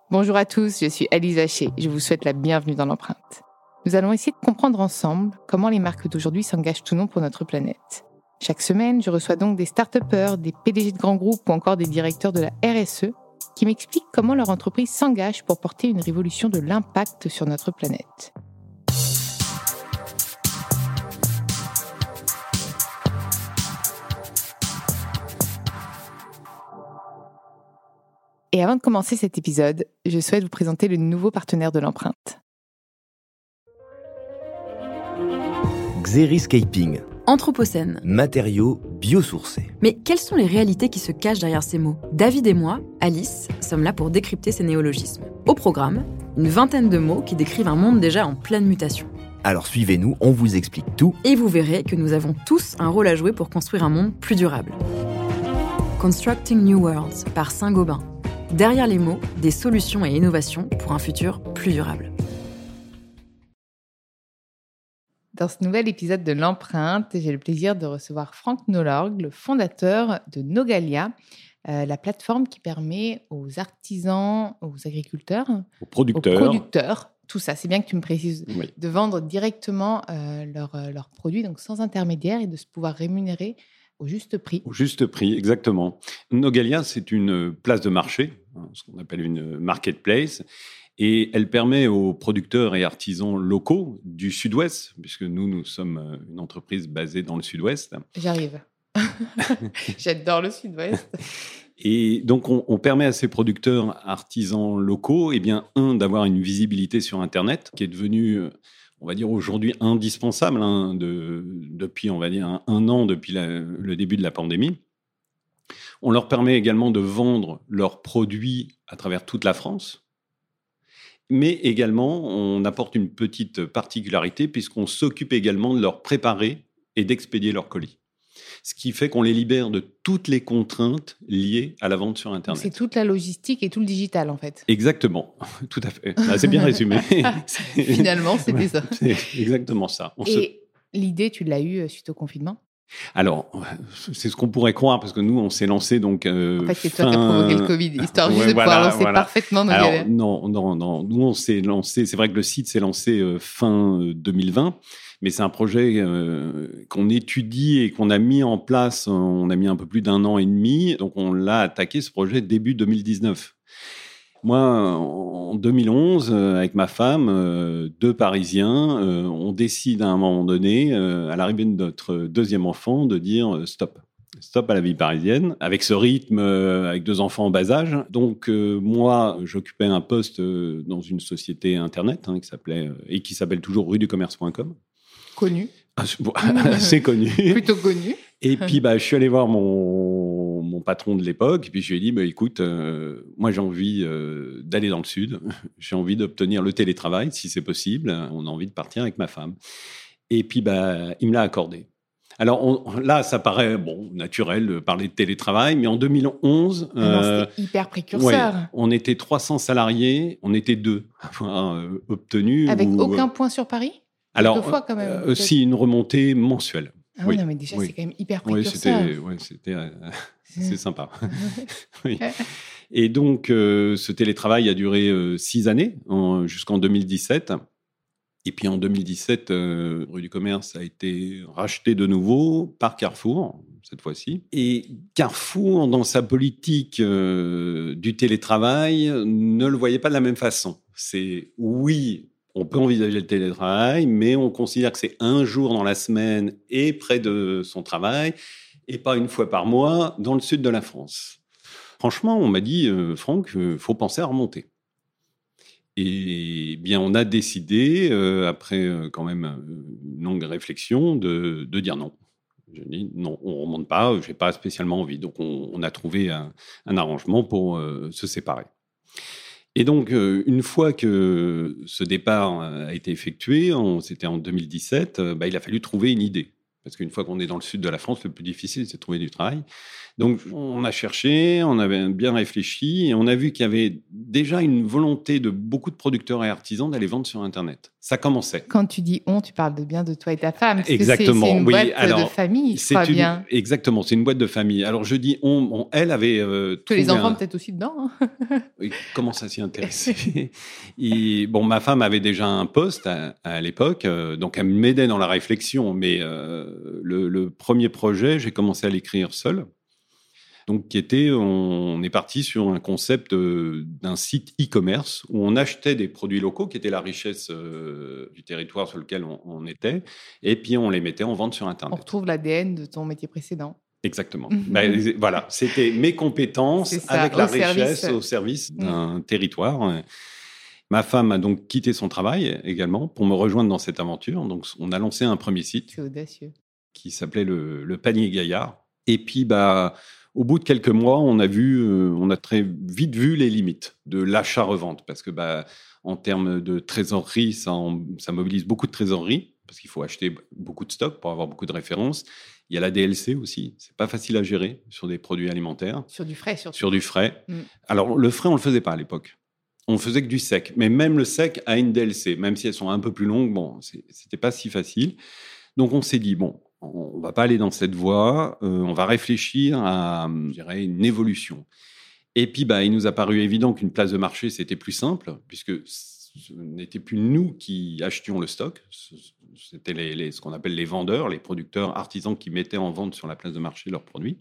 Bonjour à tous, je suis Alice Haché. Je vous souhaite la bienvenue dans l'empreinte. Nous allons essayer de comprendre ensemble comment les marques d'aujourd'hui s'engagent ou non pour notre planète. Chaque semaine, je reçois donc des start-upers, des PDG de grands groupes ou encore des directeurs de la RSE qui m'expliquent comment leur entreprise s'engage pour porter une révolution de l'impact sur notre planète. Et avant de commencer cet épisode, je souhaite vous présenter le nouveau partenaire de l'empreinte. Xeriscaping. Anthropocène. Matériaux biosourcés. Mais quelles sont les réalités qui se cachent derrière ces mots ? David et moi, Alice, sommes là pour décrypter ces néologismes. Au programme, une vingtaine de mots qui décrivent un monde déjà en pleine mutation. Alors suivez-nous, on vous explique tout. Et vous verrez que nous avons tous un rôle à jouer pour construire un monde plus durable. Constructing New Worlds par Saint-Gobain. Derrière les mots, des solutions et innovations pour un futur plus durable. Dans ce nouvel épisode de l'empreinte, j'ai le plaisir de recevoir Franck Nolorg, le fondateur de Nogalia, la plateforme qui permet aux artisans, aux agriculteurs, aux producteurs, tout ça, c'est bien que tu me précises, oui, de vendre directement leurs produits, donc sans intermédiaire, et de se pouvoir rémunérer au juste prix. Au juste prix, exactement. Nogalia, c'est une place de marché, ce qu'on appelle une marketplace, et elle permet aux producteurs et artisans locaux du Sud-Ouest, puisque nous sommes une entreprise basée dans le Sud-Ouest. J'arrive. J'adore le Sud-Ouest. Et donc, on permet à ces producteurs artisans locaux, d'avoir une visibilité sur Internet, qui est devenue, on va dire aujourd'hui, indispensable depuis, on va dire, un an, depuis le début de la pandémie. On leur permet également de vendre leurs produits à travers toute la France. Mais également, on apporte une petite particularité puisqu'on s'occupe également de leur préparer et d'expédier leurs colis. Ce qui fait qu'on les libère de toutes les contraintes liées à la vente sur Internet. C'est toute la logistique et tout le digital, en fait. Exactement, tout à fait. C'est bien résumé. Finalement, c'était ça. C'est exactement ça. L'idée, tu l'as eue suite au confinement ? Alors, c'est ce qu'on pourrait croire, parce que nous, on s'est lancé donc... en fait, c'est toi qui as provoqué le Covid, histoire juste de pouvoir lancer parfaitement nos galères. Non. Nous, on s'est lancé... C'est vrai que le site s'est lancé fin 2020, mais c'est un projet qu'on étudie et qu'on a mis en place. On a mis un peu plus d'1 an et demi. Donc, on l'a attaqué, ce projet, début 2019. Moi, en 2011, avec ma femme, 2 Parisiens, on décide à un moment donné, à l'arrivée de notre deuxième enfant, de dire stop. Stop à la vie parisienne, avec ce rythme, avec 2 enfants en bas âge. Donc, moi, j'occupais un poste dans une société Internet qui s'appelle toujours rueducommerce.com. Connu. C'est connu. Plutôt connu. Et puis, je suis allé voir mon patron de l'époque, et puis je lui ai dit, écoute, moi j'ai envie d'aller dans le Sud, j'ai envie d'obtenir le télétravail, si c'est possible, on a envie de partir avec ma femme. Et puis, il me l'a accordé. Alors là, ça paraît naturel de parler de télétravail, mais en 2011... c'était hyper précurseur. Ouais, on était 300 salariés, on était 2 à avoir obtenu... Avec aucun point sur Paris ? Alors, fois, quand même, si, une remontée mensuelle. Ah oui, non, mais déjà, c'est quand même hyper précurseur. C'est sympa. Oui. Et donc, ce télétravail a duré 6 années, jusqu'en 2017. Et puis, en 2017, Rue du Commerce a été racheté de nouveau par Carrefour, cette fois-ci. Et Carrefour, dans sa politique du télétravail, ne le voyait pas de la même façon. C'est, oui... On peut envisager le télétravail, mais on considère que c'est 1 jour dans la semaine et près de son travail, et pas 1 fois par mois dans le sud de la France. Franchement, on m'a dit, Franck, il faut penser à remonter. Et bien, on a décidé, après quand même une longue réflexion, de dire non. Je dis non, on ne remonte pas, je n'ai pas spécialement envie. Donc, on a trouvé un arrangement pour se séparer. Et donc, une fois que ce départ a été effectué, c'était en 2017, il a fallu trouver une idée. Parce qu'une fois qu'on est dans le sud de la France, le plus difficile, c'est de trouver du travail. Donc, on a cherché, on avait bien réfléchi, et on a vu qu'il y avait déjà une volonté de beaucoup de producteurs et artisans d'aller vendre sur Internet. Ça commençait. Quand tu dis on, tu parles bien de toi et ta femme. Parce Exactement. Que c'est une oui. boîte Alors, de famille, je crois bien. Exactement, c'est une boîte de famille. Alors je dis on elle avait que les enfants peut-être aussi dedans. Hein. Oui, commence à s'y intéresser. Et, ma femme avait déjà un poste à l'époque, donc elle m'aidait dans la réflexion. Mais le premier projet, j'ai commencé à l'écrire seul. Donc, on est parti sur un concept d'un site e-commerce où on achetait des produits locaux qui étaient la richesse du territoire sur lequel on était, et puis on les mettait en vente sur Internet. On retrouve l'ADN de ton métier précédent. Exactement. Voilà, c'était mes compétences avec la richesse au service d'un territoire. Ma femme a donc quitté son travail également pour me rejoindre dans cette aventure. Donc, on a lancé un premier site. C'est audacieux. Qui s'appelait le Panier Gaillard. Et puis, au bout de quelques mois, on a très vite vu les limites de l'achat-revente parce que, en termes de trésorerie, ça mobilise beaucoup de trésorerie parce qu'il faut acheter beaucoup de stocks pour avoir beaucoup de références. Il y a la DLC aussi. C'est pas facile à gérer sur des produits alimentaires. Sur du frais, surtout. Sur du frais. Alors, le frais, on le faisait pas à l'époque. On faisait que du sec. Mais même le sec a une DLC. Même si elles sont un peu plus longues, c'était pas si facile. Donc, on s'est dit, on ne va pas aller dans cette voie, on va réfléchir à, je dirais, une évolution. Et puis, il nous a paru évident qu'une place de marché, c'était plus simple, puisque ce n'était plus nous qui achetions le stock, c'était ce qu'on appelle les vendeurs, les producteurs, artisans qui mettaient en vente sur la place de marché leurs produits.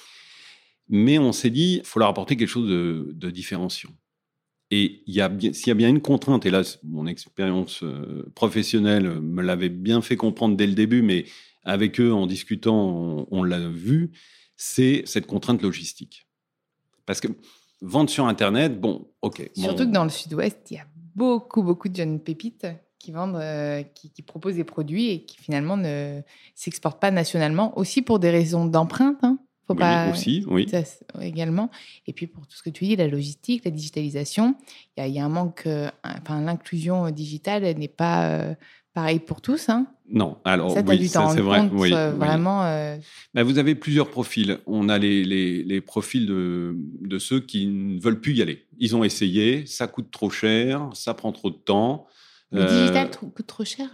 Mais on s'est dit, il faut leur apporter quelque chose de différenciant. Et s'il y a bien une contrainte, et là, mon expérience professionnelle me l'avait bien fait comprendre dès le début, mais avec eux, en discutant, on l'a vu, c'est cette contrainte logistique. Parce que vendre sur Internet, ok. Surtout que dans le Sud-Ouest, il y a beaucoup de jeunes pépites qui vendent, qui proposent des produits et qui finalement ne s'exportent pas nationalement, aussi pour des raisons d'empreinte, hein. Oui. Ça, également. Et puis pour tout ce que tu dis, la logistique, la digitalisation, il y a un manque. L'inclusion digitale, elle n'est pas pareille pour tous. Hein. Non, alors ça, oui, ça c'est vrai. Vraiment. Vous avez plusieurs profils. On a les profils de ceux qui ne veulent plus y aller. Ils ont essayé, ça coûte trop cher, ça prend trop de temps. Le digital coûte trop cher.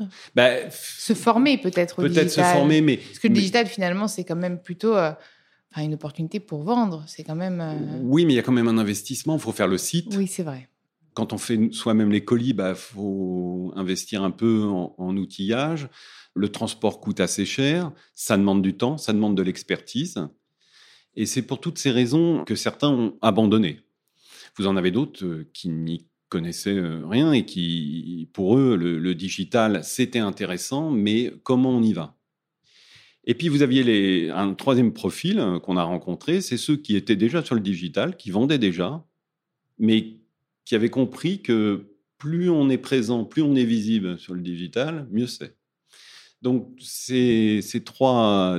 Se former peut-être au digital. Peut-être se former, mais... Parce que le digital, finalement, c'est quand même plutôt une opportunité pour vendre. C'est quand même... Oui, mais il y a quand même un investissement. Il faut faire le site. Oui, c'est vrai. Quand on fait soi-même les colis, faut investir un peu en outillage. Le transport coûte assez cher. Ça demande du temps, ça demande de l'expertise. Et c'est pour toutes ces raisons que certains ont abandonné. Vous en avez d'autres qui n'y connaissaient rien et qui, pour eux, le digital, c'était intéressant, mais comment on y va ? Et puis, vous aviez un troisième profil qu'on a rencontré, c'est ceux qui étaient déjà sur le digital, qui vendaient déjà, mais qui avaient compris que plus on est présent, plus on est visible sur le digital, mieux c'est. Donc, ces trois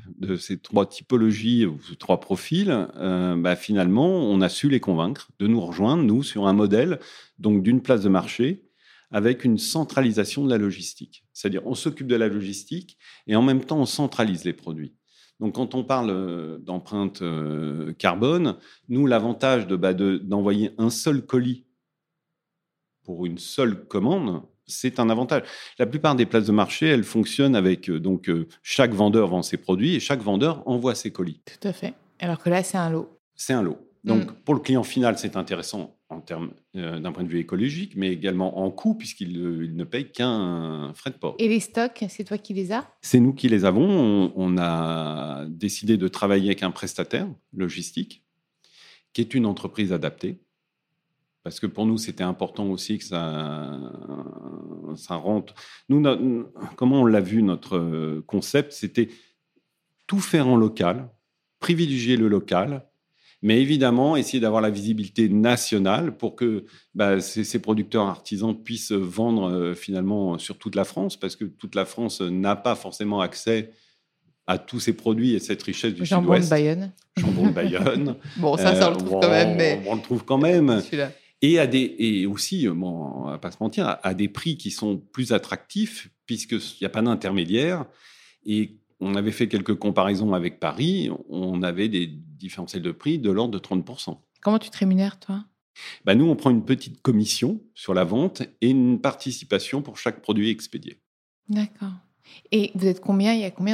typologies, ou ces trois profils, finalement, on a su les convaincre de nous rejoindre, nous, sur un modèle donc d'une place de marché avec une centralisation de la logistique. C'est-à-dire, on s'occupe de la logistique et en même temps, on centralise les produits. Donc, quand on parle d'empreinte carbone, nous, l'avantage d'envoyer un seul colis pour une seule commande, c'est un avantage. La plupart des places de marché, elles fonctionnent avec chaque vendeur vend ses produits et chaque vendeur envoie ses colis. Tout à fait. Alors que là, c'est un lot. C'est un lot. Donc, pour le client final, c'est intéressant en termes d'un point de vue écologique, mais également en coût, puisqu'il ne paye qu'un frais de port. Et les stocks, c'est toi qui les as ? C'est nous qui les avons. On a décidé de travailler avec un prestataire logistique, qui est une entreprise adaptée. Parce que pour nous, c'était important aussi que ça rentre. Nous, comment on l'a vu, notre concept, c'était tout faire en local, privilégier le local, mais évidemment, essayer d'avoir la visibilité nationale pour que ces producteurs artisans puissent vendre finalement sur toute la France, parce que toute la France n'a pas forcément accès à tous ces produits et cette richesse du Sud-Ouest. Jambon de Bayonne. Bon, ça, on le trouve quand même. Mais... On le trouve quand même. Celui-là. Et aussi, on va pas se mentir, à des prix qui sont plus attractifs, puisqu'il n'y a pas d'intermédiaire. Et on avait fait quelques comparaisons avec Paris. On avait des différentiels de prix de l'ordre de 30%. Comment tu te rémunères, toi ? Nous, on prend une petite commission sur la vente et une participation pour chaque produit expédié. D'accord. Et vous êtes combien ? Il y a combien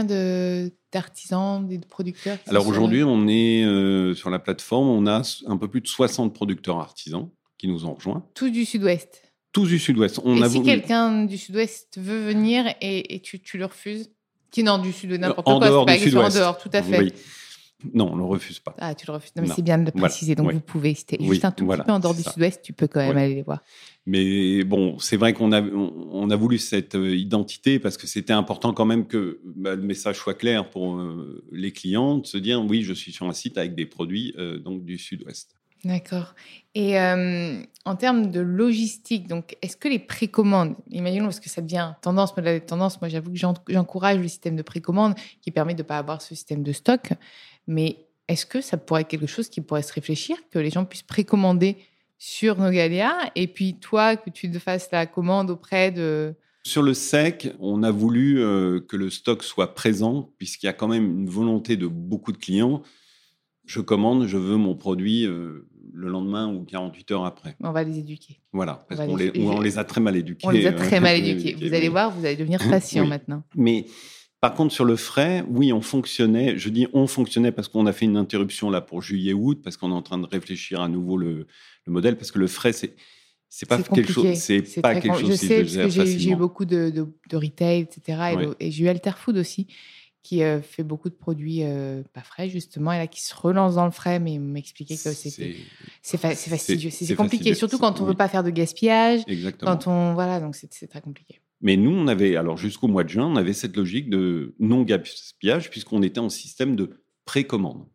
d'artisans, de producteurs ? Alors aujourd'hui, on est sur la plateforme, on a un peu plus de 60 producteurs artisans qui nous ont rejoints. Tous du Sud-Ouest ? Tous du Sud-Ouest. Si quelqu'un du Sud-Ouest veut venir et tu le refuses ? Non, du Sud-Ouest, n'importe en quoi. Dehors c'est du pas Sud-Ouest. En dehors, tout à fait. Oui. Non, on ne le refuse pas. Ah, tu le refuses. Non, mais c'est bien de le préciser. Donc, vous pouvez. C'était juste un tout petit peu en dehors du Sud-Ouest, tu peux quand même aller les voir. Mais bon, c'est vrai qu'on a voulu cette identité parce que c'était important quand même que le message soit clair pour les clients, de se dire oui, je suis sur un site avec des produits donc du Sud-Ouest. D'accord. Et en termes de logistique, donc, est-ce que les précommandes, imaginons parce que ça devient tendance, moi j'avoue que j'encourage le système de précommande qui permet de ne pas avoir ce système de stock, mais est-ce que ça pourrait être quelque chose qui pourrait se réfléchir, que les gens puissent précommander sur Nogalia et puis toi, que tu te fasses la commande auprès de... Sur le sec, on a voulu que le stock soit présent puisqu'il y a quand même une volonté de beaucoup de clients. Je commande, je veux mon produit le lendemain ou 48 heures après. On va les éduquer. Voilà, parce qu'on les a très mal éduqués. On les a très mal éduqués. Vous allez voir, vous allez devenir patient maintenant. Mais par contre, sur le frais, oui, on fonctionnait. Je dis on fonctionnait parce qu'on a fait une interruption là pour juillet-août, parce qu'on est en train de réfléchir à nouveau le modèle, parce que le frais, c'est pas quelque chose, c'est pas quelque chose qui se gère facilement. J'ai eu beaucoup de retail, etc. Et j'ai eu Alterfood aussi, qui fait beaucoup de produits pas frais, justement, et là, qui se relance dans le frais, mais il m'expliquait que c'est fastidieux. C'est compliqué, fastidieux. Surtout quand on ne veut pas faire de gaspillage. Exactement. Voilà, donc c'est très compliqué. Mais nous, on avait, alors jusqu'au mois de juin, on avait cette logique de non-gaspillage, puisqu'on était en système de précommande.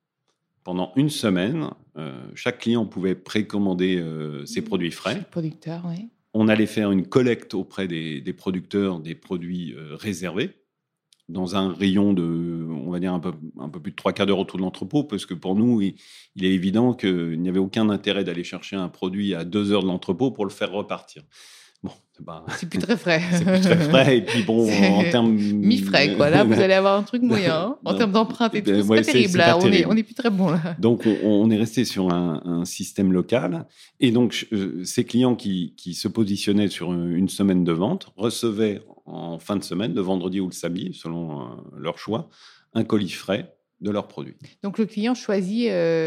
Pendant une semaine, chaque client pouvait précommander ses produits frais. Chaque producteur, oui. On allait faire une collecte auprès des producteurs des produits réservés, dans un rayon de, on va dire, un peu plus de 3/4 d'heure autour de l'entrepôt, parce que pour nous, il est évident qu'il n'y avait aucun intérêt d'aller chercher un produit à 2 heures de l'entrepôt pour le faire repartir. Bon, c'est plus très frais. C'est plus très frais. Et puis bon, en termes... Mi-frais, quoi. Là, vous allez avoir un truc moyen. En termes d'empreinte et tout, c'est pas terrible. Là. On est plus très bon, là. Donc, on est resté sur un système local. Et donc, ces clients qui se positionnaient sur une semaine de vente recevaient en fin de semaine, le vendredi ou le samedi, selon leur choix, un colis frais de leurs produits. Donc, le client choisit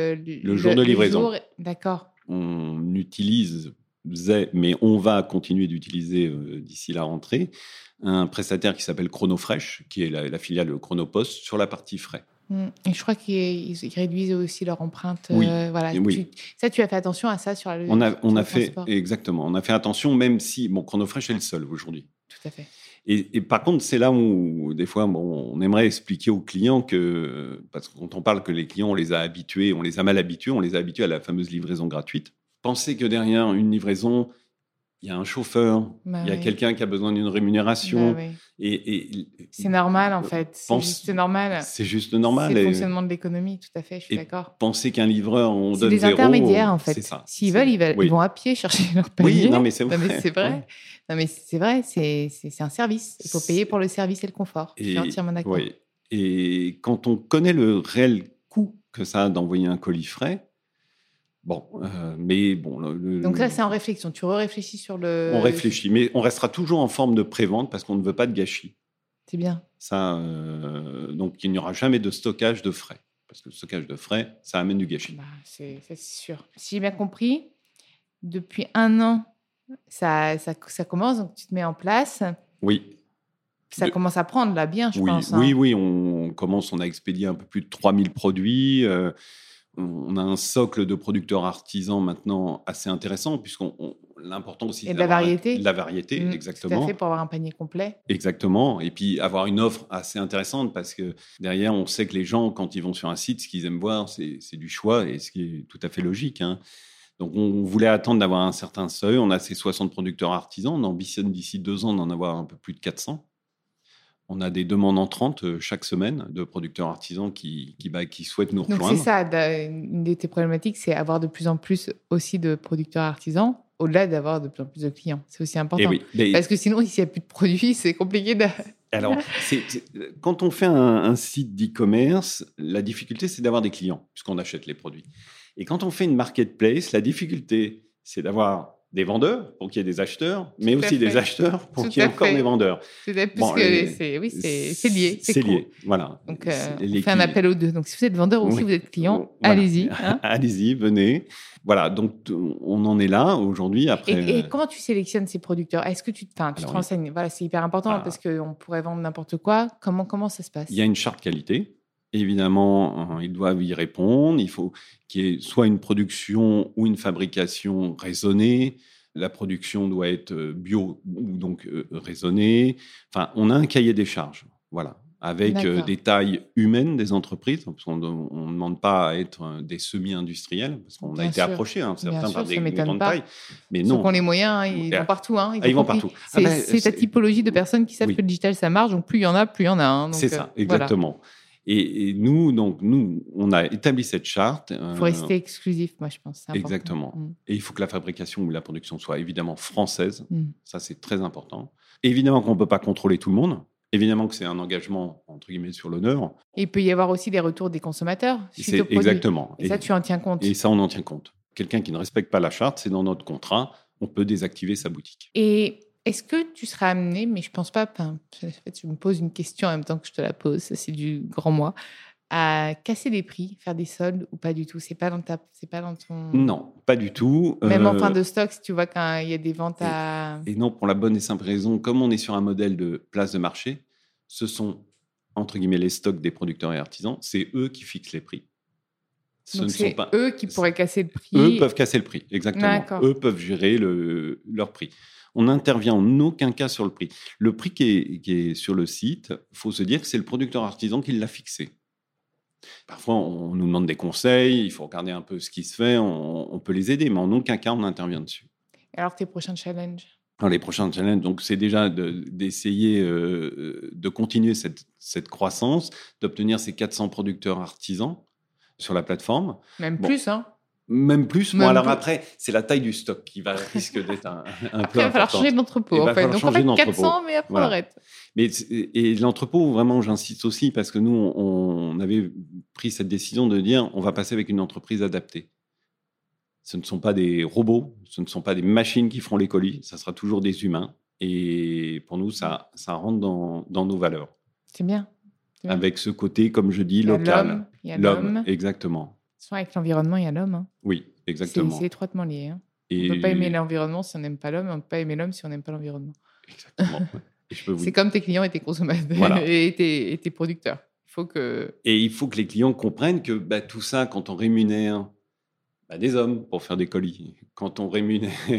le jour de livraison. D'accord. On utilise... mais on va continuer d'utiliser d'ici la rentrée un prestataire qui s'appelle Chronofresh, qui est la filiale Chronopost, sur la partie frais. Et je crois qu'ils réduisent aussi leur empreinte. Oui. Voilà. Oui. Tu as fait attention à ça sur la on a fait exactement. On a fait attention, même si Chronofresh est le seul aujourd'hui. Tout à fait. Et par contre, c'est là où des fois, on aimerait expliquer aux clients que, parce que quand on parle que les clients, on les a mal habitués, on les a habitués à la fameuse livraison gratuite. Pensez que derrière une livraison, il y a un chauffeur, il y a quelqu'un qui a besoin d'une rémunération. Et c'est normal, en fait. C'est juste normal. C'est juste normal. C'est le fonctionnement de l'économie, tout à fait, je suis d'accord. Pensez qu'un livreur, on donne 0. C'est des intermédiaires, en fait. C'est ça. S'ils veulent, ils vont à pied chercher leur panier. Oui, non, mais c'est vrai. Non, mais c'est vrai. Non, mais c'est vrai, c'est un service. Il faut payer pour le service et le confort. Je suis entièrement d'accord. Oui. Et quand on connaît le réel coût que ça a d'envoyer un colis frais, mais bon... Donc ça, c'est en réflexion. Tu réfléchis sur le... On réfléchit, mais on restera toujours en forme de pré-vente parce qu'on ne veut pas de gâchis. C'est bien. Ça, donc, il n'y aura jamais de stockage de frais. Parce que le stockage de frais, ça amène du gâchis. C'est sûr. Si j'ai bien compris, depuis 1 an, ça commence, donc tu te mets en place. Oui. Ça commence à prendre, là, bien, je pense. Oui, on a expédié un peu plus de 3000 produits. On a un socle de producteurs artisans maintenant assez intéressant, l'important aussi... Et de la variété. De la variété, exactement. Tout à fait, pour avoir un panier complet. Exactement. Et puis, avoir une offre assez intéressante, parce que derrière, on sait que les gens, quand ils vont sur un site, ce qu'ils aiment voir, c'est du choix, et ce qui est tout à fait logique. Donc, on voulait attendre d'avoir un certain seuil. On a ces 60 producteurs artisans. On ambitionne d'ici 2 ans d'en avoir un peu plus de 400. On a des demandes entrantes chaque semaine de producteurs artisans qui souhaitent nous rejoindre. Donc c'est ça, une de tes problématiques, c'est avoir de plus en plus aussi de producteurs artisans, au-delà d'avoir de plus en plus de clients. C'est aussi important. Parce que sinon, s'il n'y a plus de produits, c'est compliqué Alors, quand on fait un site d'e-commerce, la difficulté, c'est d'avoir des clients, puisqu'on achète les produits. Et quand on fait une marketplace, la difficulté, c'est d'avoir des vendeurs pour qu'il y ait des acheteurs, mais aussi des acheteurs pour qu'il y ait encore des vendeurs. C'est lié. C'est lié, voilà. Donc, on fait un appel aux deux. Donc, si vous êtes vendeur ou si vous êtes client, allez-y. Hein. Allez-y, venez. Voilà, donc on en est là aujourd'hui. Après... Et comment tu sélectionnes ces producteurs ? Est-ce que tu te renseignes ? Voilà, c'est hyper important parce qu'on pourrait vendre n'importe quoi. Comment ça se passe ? Il y a une charte qualité. Évidemment, ils doivent y répondre. Il faut qu'il y ait soit une production ou une fabrication raisonnée. La production doit être bio ou donc raisonnée. Enfin, on a un cahier des charges, voilà, avec des tailles humaines des entreprises, parce qu'on ne demande pas à être des semi-industriels, parce qu'on a été approché, certains par des grandes tailles. Mais non. Ceux qui ont les moyens, ils vont partout. Ils vont partout. C'est ta typologie de personnes qui savent que le digital, ça marche, donc plus il y en a, plus il y en a. Hein, c'est ça, exactement. Voilà. Et nous, on a établi cette charte. Il faut rester exclusif, moi, je pense. Exactement. Et il faut que la fabrication ou la production soit évidemment française. Ça, c'est très important. Évidemment qu'on ne peut pas contrôler tout le monde. Évidemment que c'est un engagement, entre guillemets, sur l'honneur. Et il peut y avoir aussi des retours des consommateurs suite au produit. Exactement. Et ça, tu en tiens compte. Et ça, on en tient compte. Quelqu'un qui ne respecte pas la charte, c'est dans notre contrat. On peut désactiver sa boutique. Et est-ce que tu seras amené, mais je ne pense pas, en fait, je me pose une question en même temps que je te la pose, ça c'est du grand moi, à casser les prix, faire des soldes ou pas du tout ? C'est pas dans ton... Non, pas du tout. Même en fin de stock, si tu vois quand il y a des ventes à... Et non, pour la bonne et simple raison, comme on est sur un modèle de place de marché, ce sont, entre guillemets, les stocks des producteurs et artisans, c'est eux qui fixent les prix. Donc c'est eux qui pourraient casser le prix. Eux peuvent casser le prix, exactement. D'accord. Eux peuvent gérer leur prix. On n'intervient en aucun cas sur le prix. Le prix qui est sur le site, il faut se dire que c'est le producteur artisan qui l'a fixé. Parfois, on nous demande des conseils, il faut regarder un peu ce qui se fait, on peut les aider, mais en aucun cas, on intervient dessus. Alors, tes prochains challenges ? Alors, les prochains challenges, donc, c'est déjà d'essayer de continuer cette croissance, d'obtenir ces 400 producteurs artisans sur la plateforme. Même plus, hein ? Même plus. Bon, alors après, c'est la taille du stock qui risque d'être un peu importante. Après, il va falloir changer d'entrepôt, en fait. Donc, en fait, 400, mais après, on arrête. Et l'entrepôt, vraiment, j'insiste aussi, parce que nous, on avait pris cette décision de dire on va passer avec une entreprise adaptée. Ce ne sont pas des robots, ce ne sont pas des machines qui feront les colis, ça sera toujours des humains. Et pour nous, ça rentre dans nos valeurs. C'est bien. Avec ce côté, comme je dis, local. Il y a l'homme. Exactement. Avec l'environnement, il y a l'homme. Hein. Oui, exactement. C'est étroitement lié. Hein. On ne peut pas aimer l'environnement si on n'aime pas l'homme, on ne peut pas aimer l'homme si on n'aime pas l'environnement. Exactement. C'est comme tes clients et tes consommateurs et tes producteurs. Et il faut que les clients comprennent que tout ça, quand on rémunère des hommes pour faire des colis, quand on rémunère il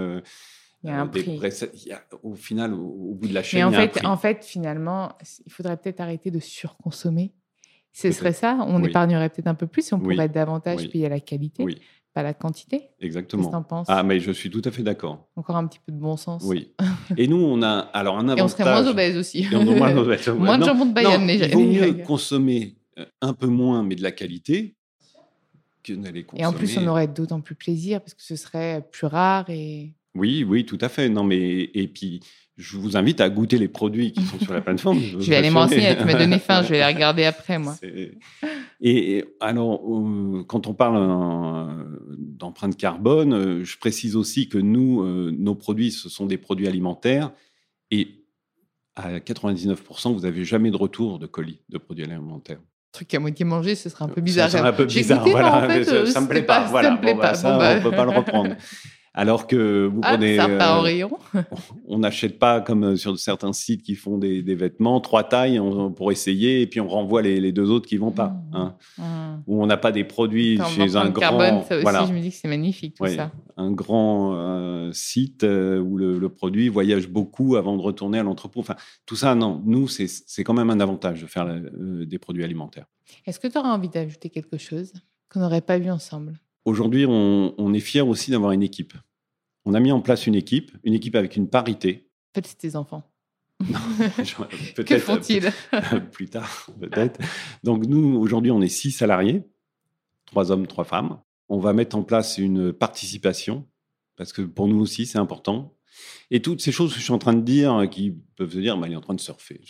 y a un prix. Au final, au bout de la chaîne, il y a un prix. En fait, finalement, il faudrait peut-être arrêter de surconsommer. Ce serait ça, on épargnerait peut-être un peu plus si on pourrait davantage payer la qualité, pas la quantité. Exactement. Qu'est-ce que t'en penses ? Mais je suis tout à fait d'accord. Encore un petit peu de bon sens. Oui. Et nous, on a alors un avantage. Et on serait moins obèses aussi. Moins de jambon de Bayonne. Il vaut mieux consommer un peu moins, mais de la qualité, que d'aller consommer. Et en plus, on aurait d'autant plus plaisir parce que ce serait plus rare et... Oui, tout à fait. Non, mais et puis je vous invite à goûter les produits qui sont sur la plateforme. Je vais aller m'en renseigner. Tu m'as donné faim. Je vais les regarder après, moi. Et alors, quand on parle d'empreinte carbone, je précise aussi que nous, nos produits, ce sont des produits alimentaires et à 99%, vous n'avez jamais de retour de colis de produits alimentaires. Truc à moitié mangé, ce serait un peu bizarre. Ça serait un peu bizarre, voilà. En fait, ça me plaît pas. Voilà. Ça me plaît pas. On ne peut pas le reprendre. Alors que vous prenez... sympa au rayon. On n'achète pas, comme sur certains sites qui font des vêtements, 3 tailles pour essayer, et puis on renvoie les 2 autres qui ne vont pas. Où on n'a pas des produits chez un grand... carbone, ça aussi, je me dis que c'est magnifique, tout ça. Un grand site où le produit voyage beaucoup avant de retourner à l'entrepôt. Enfin, tout ça, non. Nous, c'est quand même un avantage de faire des produits alimentaires. Est-ce que tu aurais envie d'ajouter quelque chose qu'on n'aurait pas vu ensemble ? Aujourd'hui, on est fiers aussi d'avoir une équipe. On a mis en place une équipe avec une parité. En fait, c'est tes enfants. Non, peut-être, que font-ils plus tard, peut-être. Donc nous, aujourd'hui, on est 6 salariés, 3 hommes, 3 femmes. On va mettre en place une participation, parce que pour nous aussi, c'est important. Et toutes ces choses que je suis en train de dire, qui peuvent se dire, il est en train de surfer.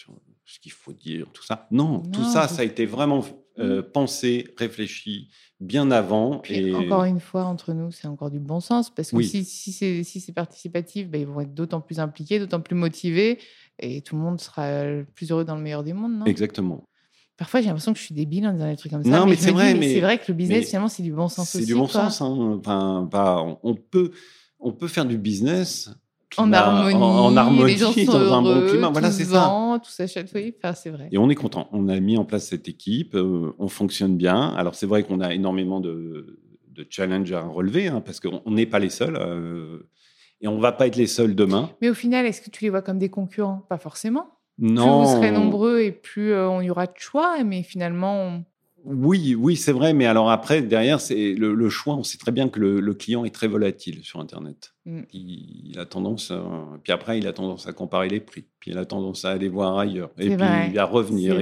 ce qu'il faut dire, tout ça. Non, tout ça a été vraiment pensé, réfléchi bien avant. Puis, encore une fois, entre nous, c'est encore du bon sens, parce que si c'est participatif, ils vont être d'autant plus impliqués, d'autant plus motivés, et tout le monde sera plus heureux dans le meilleur des mondes, non ? Exactement. Parfois, j'ai l'impression que je suis débile en disant des trucs comme ça. Non, mais c'est vrai. C'est vrai que le business, finalement, c'est du bon sens aussi. C'est du bon sens. Hein. Enfin, on peut faire du business en harmonie, les gens sont dans heureux, un bon climat. Voilà, c'est ça. Tout s'achète, oui. Enfin, c'est vrai. Et on est content. On a mis en place cette équipe. On fonctionne bien. Alors, c'est vrai qu'on a énormément de challenges à relever, hein, parce qu'on n'est pas les seuls. Et on ne va pas être les seuls demain. Mais au final, est-ce que tu les vois comme des concurrents ? Pas forcément. Non. Plus vous serez nombreux et plus il y aura de choix, mais finalement... Oui, c'est vrai. Mais alors après, derrière, c'est le choix. On sait très bien que le client est très volatile sur Internet. Il a tendance... puis après, il a tendance à comparer les prix. Puis il a tendance à aller voir ailleurs. Et puis à revenir.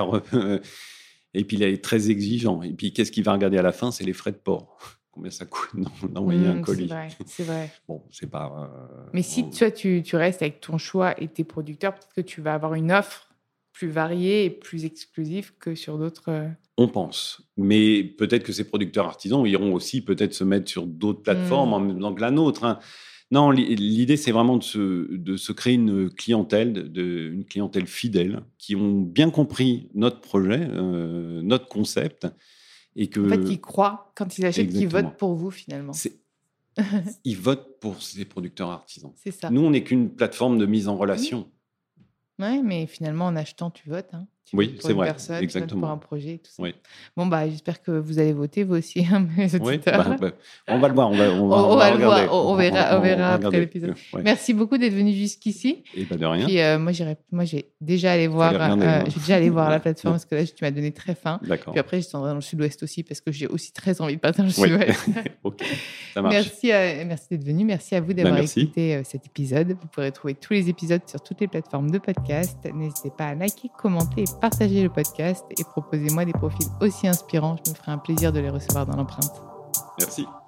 Et puis il est très exigeant. Et puis qu'est-ce qu'il va regarder à la fin ? C'est les frais de port. Combien ça coûte d'envoyer un colis. C'est vrai. Bon, c'est pas... Mais si toi, tu restes avec ton choix et tes producteurs, peut-être que tu vas avoir une offre plus variée et plus exclusive que sur d'autres... On pense. Mais peut-être que ces producteurs artisans iront aussi peut-être se mettre sur d'autres plateformes en même temps que la nôtre. Hein. Non, l'idée, c'est vraiment de se créer une clientèle fidèle, qui ont bien compris notre projet, notre concept. Et que... En fait, ils croient, quand ils achètent, qu'ils votent pour vous, finalement. Ils votent pour ces producteurs artisans. C'est ça. Nous, on n'est qu'une plateforme de mise en relation. Oui, mais finalement, en achetant, tu votes. Hein. Tu votes pour une personne, exactement. Tu votes pour un projet, et tout ça. Oui. Bon, j'espère que vous allez voter, vous aussi, mes auditeurs. On va le voir. On verra après l'épisode. Ouais. Merci beaucoup d'être venu jusqu'ici. Et de rien. Puis moi, j'ai déjà allé voir la plateforme, parce que là, tu m'as donné très faim. D'accord. Puis après, je t'en dans le sud-ouest aussi, parce que j'ai aussi très envie de partir dans le sud-ouest. Ok, ça marche. Merci d'être venu. Merci à vous d'avoir écouté cet épisode. Vous pourrez trouver tous les épisodes sur toutes les plateformes de podcast. N'hésitez pas à liker, commenter et partager le podcast. Et proposez-moi des profils aussi inspirants. Je me ferai un plaisir de les recevoir dans l'empreinte. Merci.